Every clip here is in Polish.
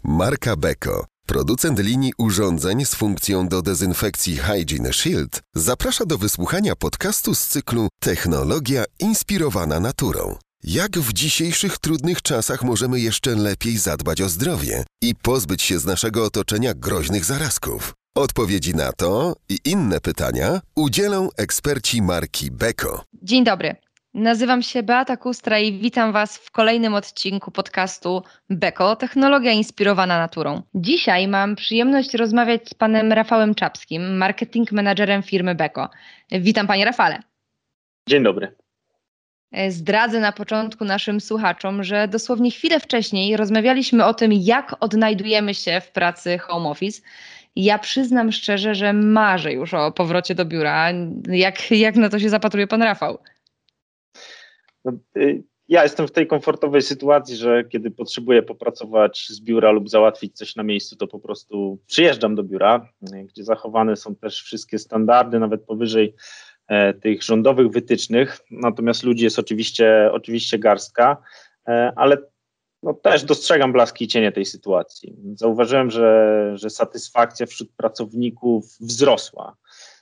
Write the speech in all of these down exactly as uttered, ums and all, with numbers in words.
Marka Beko, producent linii urządzeń z funkcją do dezynfekcji Hygiene Shield, zaprasza do wysłuchania podcastu z cyklu Technologia inspirowana naturą. Jak w dzisiejszych trudnych czasach możemy jeszcze lepiej zadbać o zdrowie i pozbyć się z naszego otoczenia groźnych zarazków? Odpowiedzi na to i inne pytania udzielą eksperci marki Beko. Dzień dobry. Nazywam się Beata Kustra i witam Was w kolejnym odcinku podcastu Beko, Technologia inspirowana naturą. Dzisiaj mam przyjemność rozmawiać z panem Rafałem Czapskim, marketing managerem firmy Beko. Witam panie Rafale. Dzień dobry. Zdradzę na początku naszym słuchaczom, że dosłownie chwilę wcześniej rozmawialiśmy o tym, jak odnajdujemy się w pracy home office. Ja przyznam szczerze, że marzę już o powrocie do biura. Jak, jak na to się zapatruje pan Rafał? No, y, ja jestem w tej komfortowej sytuacji, że kiedy potrzebuję popracować z biura lub załatwić coś na miejscu, to po prostu przyjeżdżam do biura, gdzie zachowane są też wszystkie standardy, nawet powyżej e, tych rządowych wytycznych. Natomiast ludzi jest oczywiście, oczywiście garstka, e, ale no, też dostrzegam blaski i cienie tej sytuacji. Zauważyłem, że, że satysfakcja wśród pracowników wzrosła.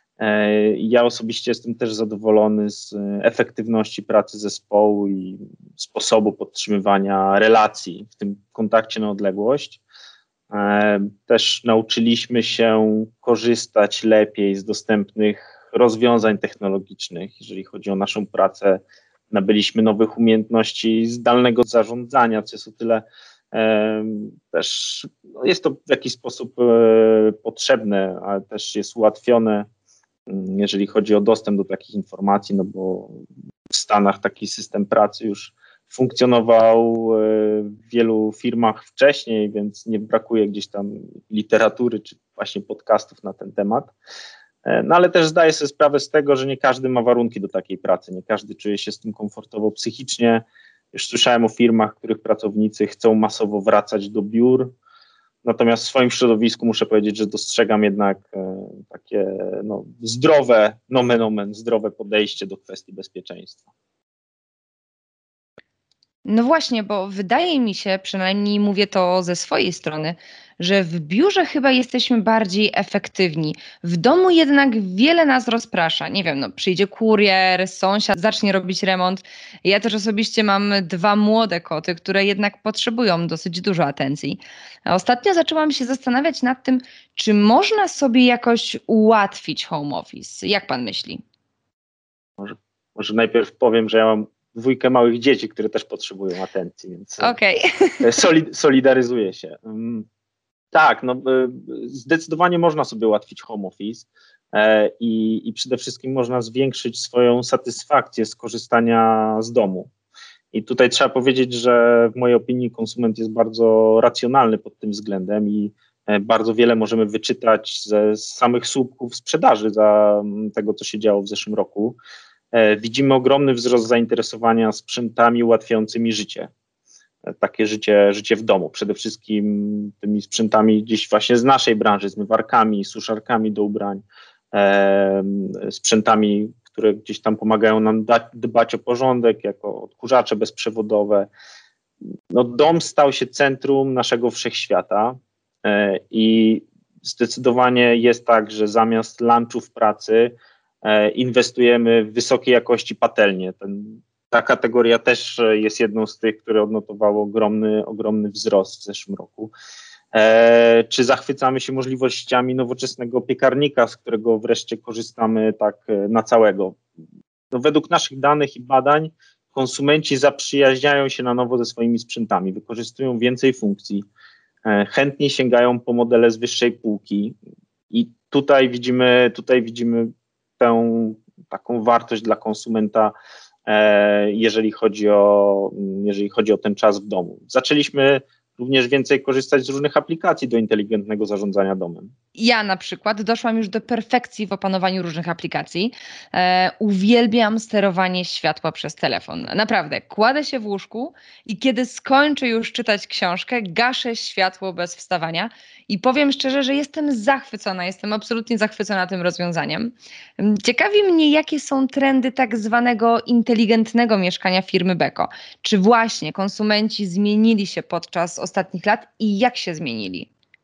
Ja osobiście jestem też zadowolony z efektywności pracy zespołu i sposobu podtrzymywania relacji w tym kontakcie na odległość. Też nauczyliśmy się korzystać lepiej z dostępnych rozwiązań technologicznych, jeżeli chodzi o naszą pracę. Nabyliśmy nowych umiejętności zdalnego zarządzania, co jest o tyle też, no jest to w jakiś sposób potrzebne, ale też jest ułatwione, jeżeli chodzi o dostęp do takich informacji, no bo w Stanach taki system pracy już funkcjonował w wielu firmach wcześniej, więc nie brakuje gdzieś tam literatury czy właśnie podcastów na ten temat. No ale też zdaję sobie sprawę z tego, że nie każdy ma warunki do takiej pracy, nie każdy czuje się z tym komfortowo psychicznie. Już słyszałem o firmach, których pracownicy chcą masowo wracać do biur. Natomiast w swoim środowisku muszę powiedzieć, że dostrzegam jednak e, takie no, zdrowe, nomen omen, zdrowe podejście do kwestii bezpieczeństwa. No właśnie, bo wydaje mi się, przynajmniej mówię to ze swojej strony, że w biurze chyba jesteśmy bardziej efektywni. W domu jednak wiele nas rozprasza. Nie wiem, no przyjdzie kurier, sąsiad zacznie robić remont. Ja też osobiście mam dwa młode koty, które jednak potrzebują dosyć dużo atencji. A ostatnio zaczęłam się zastanawiać nad tym, czy można sobie jakoś ułatwić home office. Jak pan myśli? Może, może najpierw powiem, że ja mam dwójkę małych dzieci, które też potrzebują atencji, więc okay. solid, solidaryzuję się. Tak, no zdecydowanie można sobie ułatwić home office e, i, i przede wszystkim można zwiększyć swoją satysfakcję z korzystania z domu. I tutaj trzeba powiedzieć, że w mojej opinii konsument jest bardzo racjonalny pod tym względem i e, bardzo wiele możemy wyczytać ze z samych słupków sprzedaży za tego, co się działo w zeszłym roku. E, widzimy ogromny wzrost zainteresowania sprzętami ułatwiającymi życie. Takie życie, życie w domu, przede wszystkim tymi sprzętami gdzieś właśnie z naszej branży, zmywarkami, suszarkami do ubrań, e, sprzętami, które gdzieś tam pomagają nam da, dbać o porządek, jako odkurzacze bezprzewodowe. No, dom stał się centrum naszego wszechświata e, i zdecydowanie jest tak, że zamiast lunchu w pracy e, inwestujemy w wysokiej jakości patelnie. Ten Ta kategoria też jest jedną z tych, które odnotowało ogromny, ogromny wzrost w zeszłym roku. E, czy zachwycamy się możliwościami nowoczesnego piekarnika, z którego wreszcie korzystamy tak na całego? No, według naszych danych i badań konsumenci zaprzyjaźniają się na nowo ze swoimi sprzętami, wykorzystują więcej funkcji, e, chętnie sięgają po modele z wyższej półki i tutaj widzimy, tutaj widzimy tę taką wartość dla konsumenta, jeżeli chodzi o, jeżeli chodzi o ten czas w domu. Zaczęliśmy również więcej korzystać z różnych aplikacji do inteligentnego zarządzania domem. Ja na przykład doszłam już do perfekcji w opanowaniu różnych aplikacji. E, uwielbiam sterowanie światła przez telefon. Naprawdę, kładę się w łóżku i kiedy skończę już czytać książkę, gaszę światło bez wstawania i powiem szczerze, że jestem zachwycona, jestem absolutnie zachwycona tym rozwiązaniem. Ym, Ciekawi mnie, jakie są trendy tak zwanego inteligentnego mieszkania firmy Beko. Czy właśnie konsumenci zmienili się podczas ostatnich lat i jak się zmienili?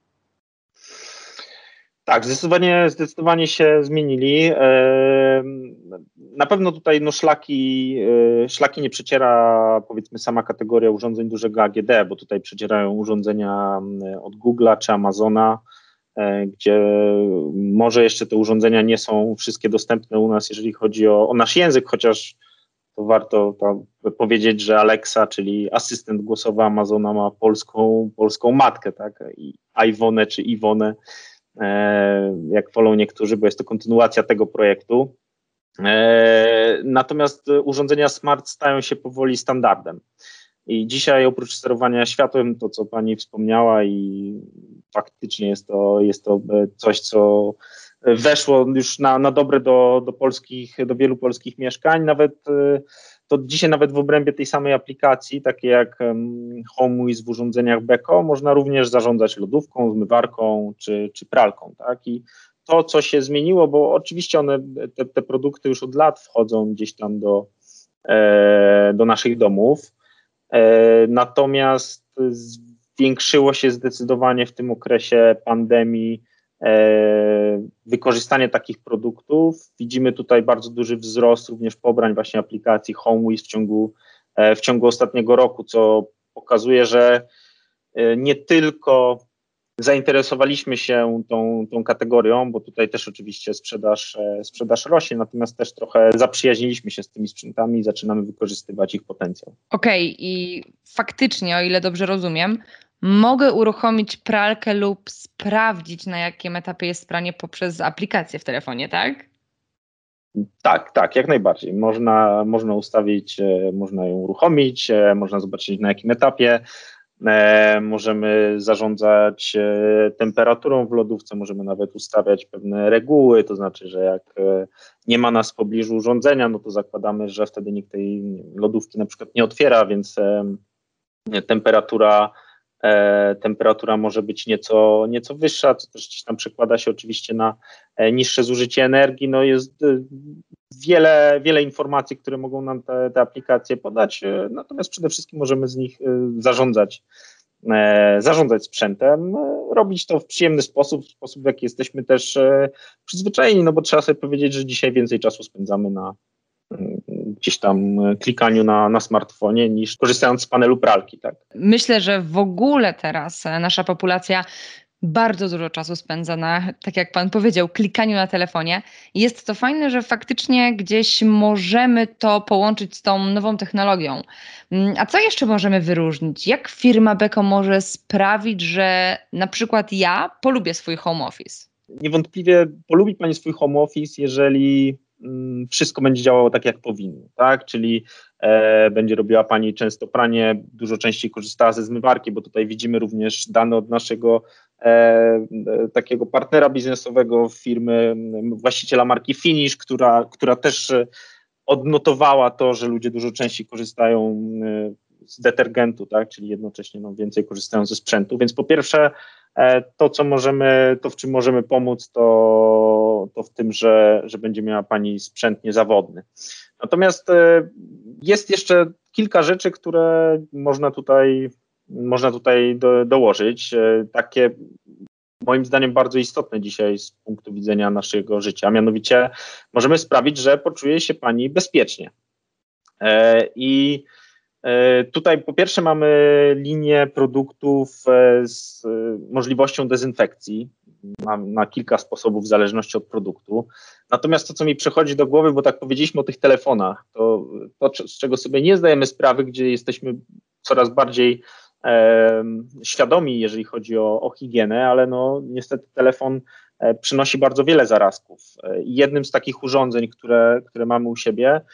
Tak, zdecydowanie, zdecydowanie się zmienili. Em, Na pewno tutaj no, szlaki, e, szlaki nie przeciera powiedzmy sama kategoria urządzeń dużego A G D, bo tutaj przecierają urządzenia m, od Google'a czy Amazona, e, gdzie może jeszcze te urządzenia nie są wszystkie dostępne u nas, jeżeli chodzi o, o nasz język, chociaż to warto tam powiedzieć, że Alexa, czyli asystent głosowy Amazona, ma polską, polską matkę, tak? I Iwonę czy Iwonę, e, jak wolą niektórzy, bo jest to kontynuacja tego projektu. E, natomiast urządzenia smart stają się powoli standardem. I dzisiaj oprócz sterowania światłem, to co pani wspomniała i faktycznie jest to, jest to coś, co weszło już na, na dobre do, do polskich, do wielu polskich mieszkań, nawet to dzisiaj nawet w obrębie tej samej aplikacji, takie jak HomeWiz w urządzeniach Beko, można również zarządzać lodówką, zmywarką czy, czy pralką, tak? I to, co się zmieniło, bo oczywiście one, te, te produkty już od lat wchodzą gdzieś tam do, e, do naszych domów, e, natomiast zwiększyło się zdecydowanie w tym okresie pandemii e, wykorzystanie takich produktów. Widzimy tutaj bardzo duży wzrost również pobrań właśnie aplikacji HomeWiz w ciągu, e, w ciągu ostatniego roku, co pokazuje, że e, nie tylko zainteresowaliśmy się tą, tą kategorią, bo tutaj też oczywiście sprzedaż, e, sprzedaż rośnie, natomiast też trochę zaprzyjaźniliśmy się z tymi sprzętami i zaczynamy wykorzystywać ich potencjał. Okej, i faktycznie, o ile dobrze rozumiem, mogę uruchomić pralkę lub sprawdzić, na jakim etapie jest pranie poprzez aplikację w telefonie, tak? Tak, tak, jak najbardziej. Można, można ustawić, e, można ją uruchomić, e, można zobaczyć na jakim etapie. E, możemy zarządzać e, temperaturą w lodówce, możemy nawet ustawiać pewne reguły, to znaczy, że jak e, nie ma nas w pobliżu urządzenia, no to zakładamy, że wtedy nikt tej lodówki na przykład nie otwiera, więc e, temperatura, e, temperatura może być nieco, nieco wyższa, co też gdzieś tam przekłada się oczywiście na e, niższe zużycie energii. No jest e, wiele, wiele informacji, które mogą nam te, te aplikacje podać, e, natomiast przede wszystkim możemy z nich e, zarządzać, e, zarządzać sprzętem, e, robić to w przyjemny sposób, w sposób, w jaki jesteśmy też e, przyzwyczajeni, no bo trzeba sobie powiedzieć, że dzisiaj więcej czasu spędzamy na e, gdzieś tam e, klikaniu na, na smartfonie niż korzystając z panelu pralki, tak? Myślę, że w ogóle teraz e, nasza populacja bardzo dużo czasu spędza na, tak jak pan powiedział, klikaniu na telefonie. Jest to fajne, że faktycznie gdzieś możemy to połączyć z tą nową technologią. Mm, A co jeszcze możemy wyróżnić? Jak firma Beko może sprawić, że na przykład ja polubię swój home office? Niewątpliwie polubi pani swój home office, jeżeli mm, wszystko będzie działało tak, jak powinno, tak? Czyli e, będzie robiła pani często pranie, dużo częściej korzystała ze zmywarki, bo tutaj widzimy również dane od naszego e, e, takiego partnera biznesowego firmy, m, właściciela marki Finish, która, która też e, odnotowała to, że ludzie dużo częściej korzystają e, z detergentu, tak? Czyli jednocześnie no, więcej korzystają ze sprzętu. Więc po pierwsze, e, to, co możemy, to w czym możemy pomóc, to, to w tym, że, że będzie miała pani sprzęt niezawodny. Natomiast e, jest jeszcze kilka rzeczy, które można tutaj, można tutaj do, dołożyć. E, takie moim zdaniem bardzo istotne dzisiaj z punktu widzenia naszego życia. Mianowicie możemy sprawić, że poczuje się pani bezpiecznie. E, I Tutaj po pierwsze mamy linię produktów z możliwością dezynfekcji na, na kilka sposobów w zależności od produktu. Natomiast to, co mi przychodzi do głowy, bo tak powiedzieliśmy o tych telefonach, to, to z czego sobie nie zdajemy sprawy, gdzie jesteśmy coraz bardziej e, świadomi, jeżeli chodzi o, o higienę, ale no niestety telefon e, przynosi bardzo wiele zarazków. E, jednym z takich urządzeń, które, które mamy u siebie,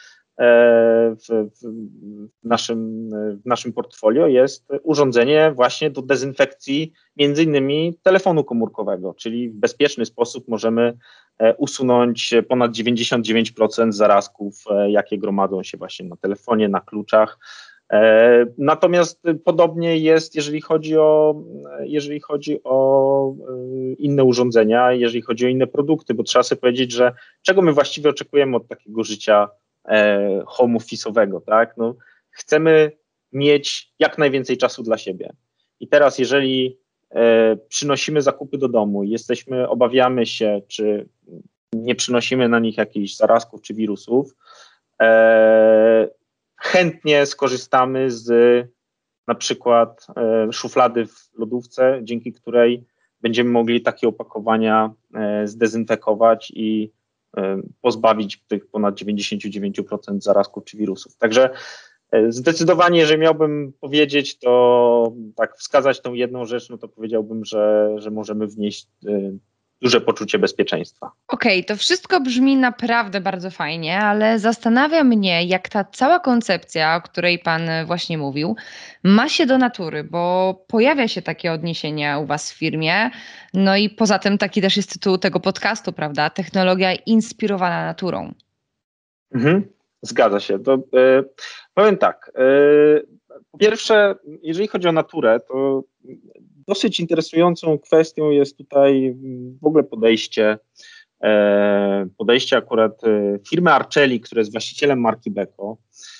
w, w, naszym, w naszym portfolio jest urządzenie właśnie do dezynfekcji między innymi telefonu komórkowego, czyli w bezpieczny sposób możemy usunąć ponad dziewięćdziesiąt dziewięć procent zarazków, jakie gromadzą się właśnie na telefonie, na kluczach. Natomiast podobnie jest, jeżeli chodzi o, jeżeli chodzi o inne urządzenia, jeżeli chodzi o inne produkty, bo trzeba sobie powiedzieć, że czego my właściwie oczekujemy od takiego życia home office'owego, tak? No, chcemy mieć jak najwięcej czasu dla siebie. I teraz, jeżeli e, przynosimy zakupy do domu i jesteśmy, obawiamy się, czy nie przynosimy na nich jakichś zarazków czy wirusów, e, chętnie skorzystamy z na przykład e, szuflady w lodówce, dzięki której będziemy mogli takie opakowania e, zdezynfekować i pozbawić tych ponad dziewięćdziesiąt dziewięć procent zarazków czy wirusów. Także zdecydowanie, jeżeli miałbym powiedzieć, to tak wskazać tą jedną rzecz, no to powiedziałbym, że, że możemy wnieść duże poczucie bezpieczeństwa. Okej, okay, to wszystko brzmi naprawdę bardzo fajnie, ale zastanawia mnie, jak ta cała koncepcja, o której Pan właśnie mówił, ma się do natury, bo pojawia się takie odniesienie u Was w firmie, no i poza tym taki też jest tytuł tego podcastu, prawda? Technologia inspirowana naturą. Mhm, zgadza się. To, e, powiem tak, e, po pierwsze, jeżeli chodzi o naturę, to dosyć interesującą kwestią jest tutaj w ogóle podejście, podejście akurat firmy Arceli, która jest właścicielem marki Beko,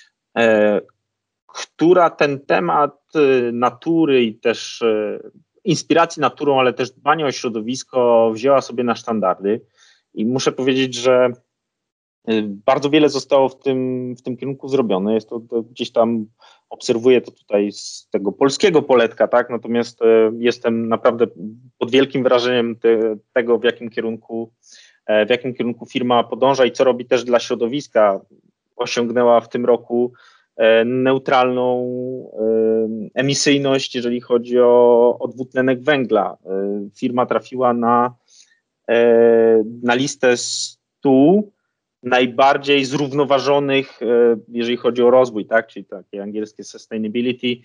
która ten temat natury i też inspiracji naturą, ale też dbania o środowisko wzięła sobie na sztandardy. I muszę powiedzieć, że bardzo wiele zostało w tym, w tym kierunku zrobione. Jest to, to gdzieś tam, obserwuję to tutaj z tego polskiego poletka, tak? Natomiast e, jestem naprawdę pod wielkim wrażeniem te, tego, w jakim kierunku, e, w jakim kierunku firma podąża i co robi też dla środowiska. Osiągnęła w tym roku e, neutralną e, emisyjność, jeżeli chodzi o, o dwutlenek węgla. E, firma trafiła na, e, na listę stu najbardziej zrównoważonych, jeżeli chodzi o rozwój, tak, czyli takie angielskie sustainability,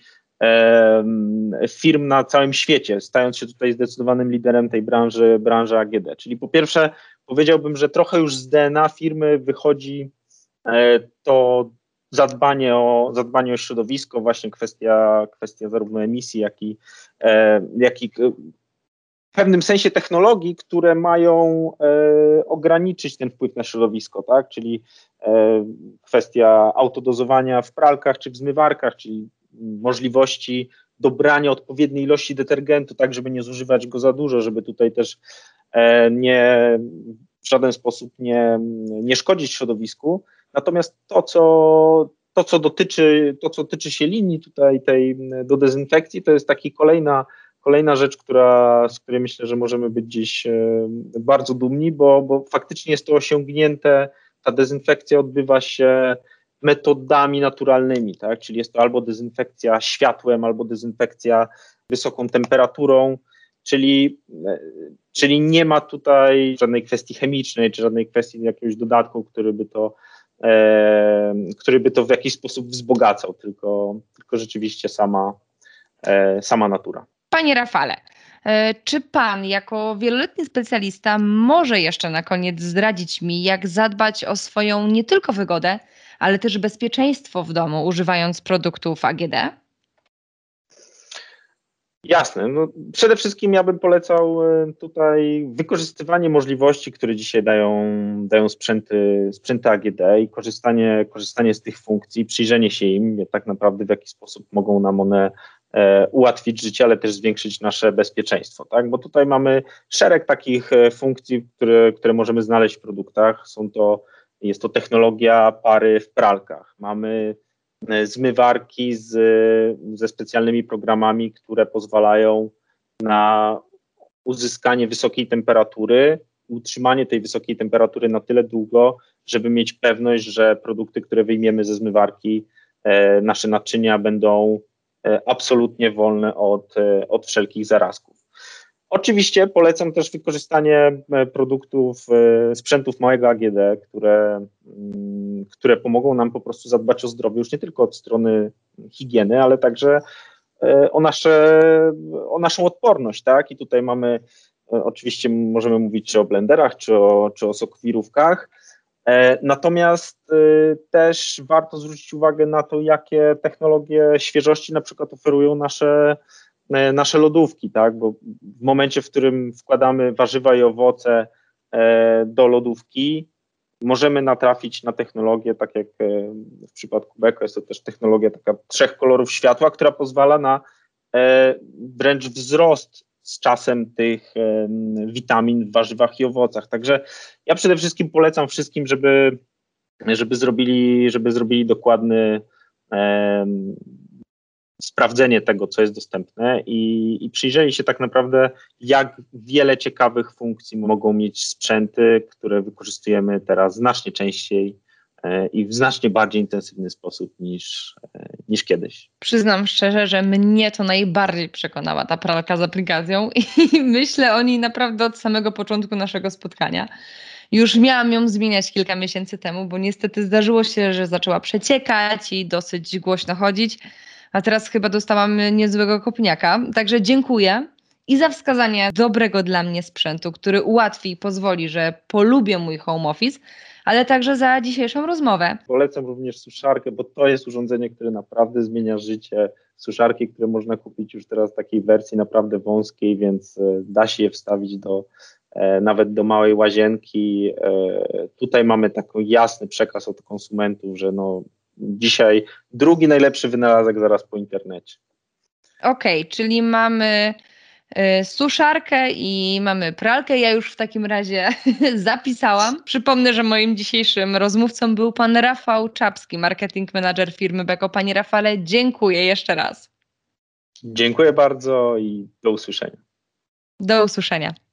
firm na całym świecie, stając się tutaj zdecydowanym liderem tej branży, branży A G D. Czyli po pierwsze powiedziałbym, że trochę już z D N A firmy wychodzi to zadbanie o, zadbanie o środowisko, właśnie kwestia, kwestia zarówno emisji, jak i, jak i w pewnym sensie technologii, które mają e, ograniczyć ten wpływ na środowisko, tak? Czyli e, kwestia autodozowania w pralkach czy w zmywarkach, czyli możliwości dobrania odpowiedniej ilości detergentu, tak żeby nie zużywać go za dużo, żeby tutaj też e, nie, w żaden sposób nie, nie szkodzić środowisku. Natomiast to, co to, co dotyczy, to, co dotyczy się linii tutaj tej do dezynfekcji, to jest taki kolejna Kolejna rzecz, która, z której myślę, że możemy być dziś bardzo dumni, bo, bo faktycznie jest to osiągnięte, ta dezynfekcja odbywa się metodami naturalnymi, tak? Czyli jest to albo dezynfekcja światłem, albo dezynfekcja wysoką temperaturą, czyli, czyli nie ma tutaj żadnej kwestii chemicznej, czy żadnej kwestii jakiegoś dodatku, który by to, e, który by to w jakiś sposób wzbogacał, tylko, tylko rzeczywiście sama, e, sama natura. Panie Rafale, czy Pan jako wieloletni specjalista może jeszcze na koniec zdradzić mi, jak zadbać o swoją nie tylko wygodę, ale też bezpieczeństwo w domu, używając produktów A G D? Jasne. No, przede wszystkim ja bym polecał tutaj wykorzystywanie możliwości, które dzisiaj dają, dają sprzęty, sprzęty A G D i korzystanie, korzystanie z tych funkcji, przyjrzenie się im, tak naprawdę w jaki sposób mogą nam one e, ułatwić życie, ale też zwiększyć nasze bezpieczeństwo. Tak? Bo tutaj mamy szereg takich funkcji, które, które możemy znaleźć w produktach. Są to, jest to technologia pary w pralkach. Mamy zmywarki z, ze specjalnymi programami, które pozwalają na uzyskanie wysokiej temperatury, utrzymanie tej wysokiej temperatury na tyle długo, żeby mieć pewność, że produkty, które wyjmiemy ze zmywarki, e, nasze naczynia będą e, absolutnie wolne od, e, od wszelkich zarazków. Oczywiście polecam też wykorzystanie produktów, sprzętów małego A G D, które które pomogą nam po prostu zadbać o zdrowie już nie tylko od strony higieny, ale także o, nasze, o naszą odporność, tak? I tutaj mamy, oczywiście możemy mówić czy o blenderach, czy o, czy o sokwirówkach, natomiast też warto zwrócić uwagę na to, jakie technologie świeżości na przykład oferują nasze, nasze lodówki, tak? Bo w momencie, w którym wkładamy warzywa i owoce do lodówki, możemy natrafić na technologię, tak jak w przypadku Beko, jest to też technologia taka trzech kolorów światła, która pozwala na wręcz wzrost z czasem tych witamin w warzywach i owocach. Także ja przede wszystkim polecam wszystkim, żeby, żeby, zrobili, żeby zrobili dokładny um, sprawdzenie tego, co jest dostępne i, i przyjrzeli się tak naprawdę, jak wiele ciekawych funkcji mogą mieć sprzęty, które wykorzystujemy teraz znacznie częściej e, i w znacznie bardziej intensywny sposób niż, e, niż kiedyś. Przyznam szczerze, że mnie to najbardziej przekonała ta pralka z aplikacją i myślę o niej naprawdę od samego początku naszego spotkania. Już miałam ją zmieniać kilka miesięcy temu, bo niestety zdarzyło się, że zaczęła przeciekać i dosyć głośno chodzić, a teraz chyba dostałam niezłego kopniaka. Także dziękuję i za wskazanie dobrego dla mnie sprzętu, który ułatwi i pozwoli, że polubię mój home office, ale także za dzisiejszą rozmowę. Polecam również suszarkę, bo to jest urządzenie, które naprawdę zmienia życie. Suszarki, które można kupić już teraz w takiej wersji naprawdę wąskiej, więc da się je wstawić do nawet do małej łazienki. Tutaj mamy taki jasny przekaz od konsumentów, że no dzisiaj drugi najlepszy wynalazek zaraz po internecie. Okej, okay, czyli mamy y, suszarkę i mamy pralkę. Ja już w takim razie zapisałam. Przypomnę, że moim dzisiejszym rozmówcą był pan Rafał Czapski, marketing manager firmy Beko. Panie Rafale, dziękuję jeszcze raz. Dziękuję bardzo i do usłyszenia. Do usłyszenia.